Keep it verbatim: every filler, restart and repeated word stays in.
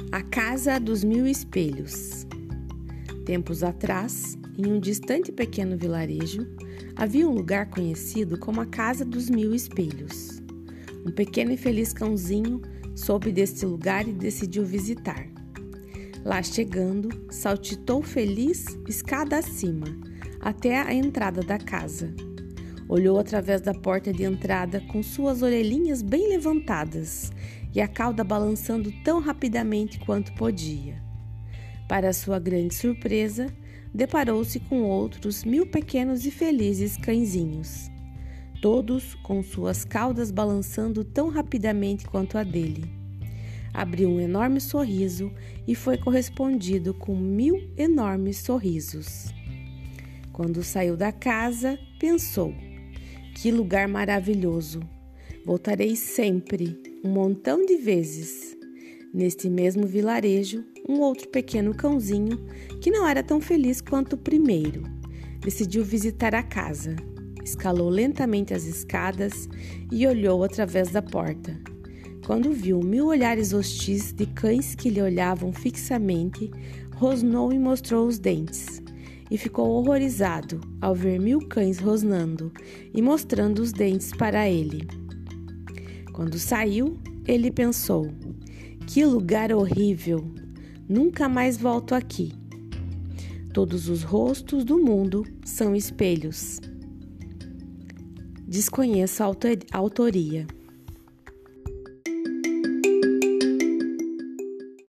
A Casa dos Mil Espelhos. Tempos atrás, em um distante pequeno vilarejo, havia um lugar conhecido como a Casa dos Mil Espelhos. Um pequeno e feliz cãozinho soube deste lugar e decidiu visitar. Lá chegando, saltitou feliz escada acima, até a entrada da casa. Olhou através da porta de entrada com suas orelhinhas bem levantadas e a cauda balançando tão rapidamente quanto podia. Para sua grande surpresa, deparou-se com outros mil pequenos e felizes cãezinhos, todos com suas caudas balançando tão rapidamente quanto a dele. Abriu um enorme sorriso e foi correspondido com mil enormes sorrisos. Quando saiu da casa, pensou: que lugar maravilhoso! Voltarei sempre, um montão de vezes. Neste mesmo vilarejo, um outro pequeno cãozinho, que não era tão feliz quanto o primeiro, decidiu visitar a casa. Escalou lentamente as escadas e olhou através da porta. Quando viu mil olhares hostis de cães que lhe olhavam fixamente, rosnou e mostrou os dentes. E ficou horrorizado ao ver mil cães rosnando e mostrando os dentes para ele. Quando saiu, ele pensou: que lugar horrível! Nunca mais volto aqui. Todos os rostos do mundo são espelhos. Desconheço a autoria.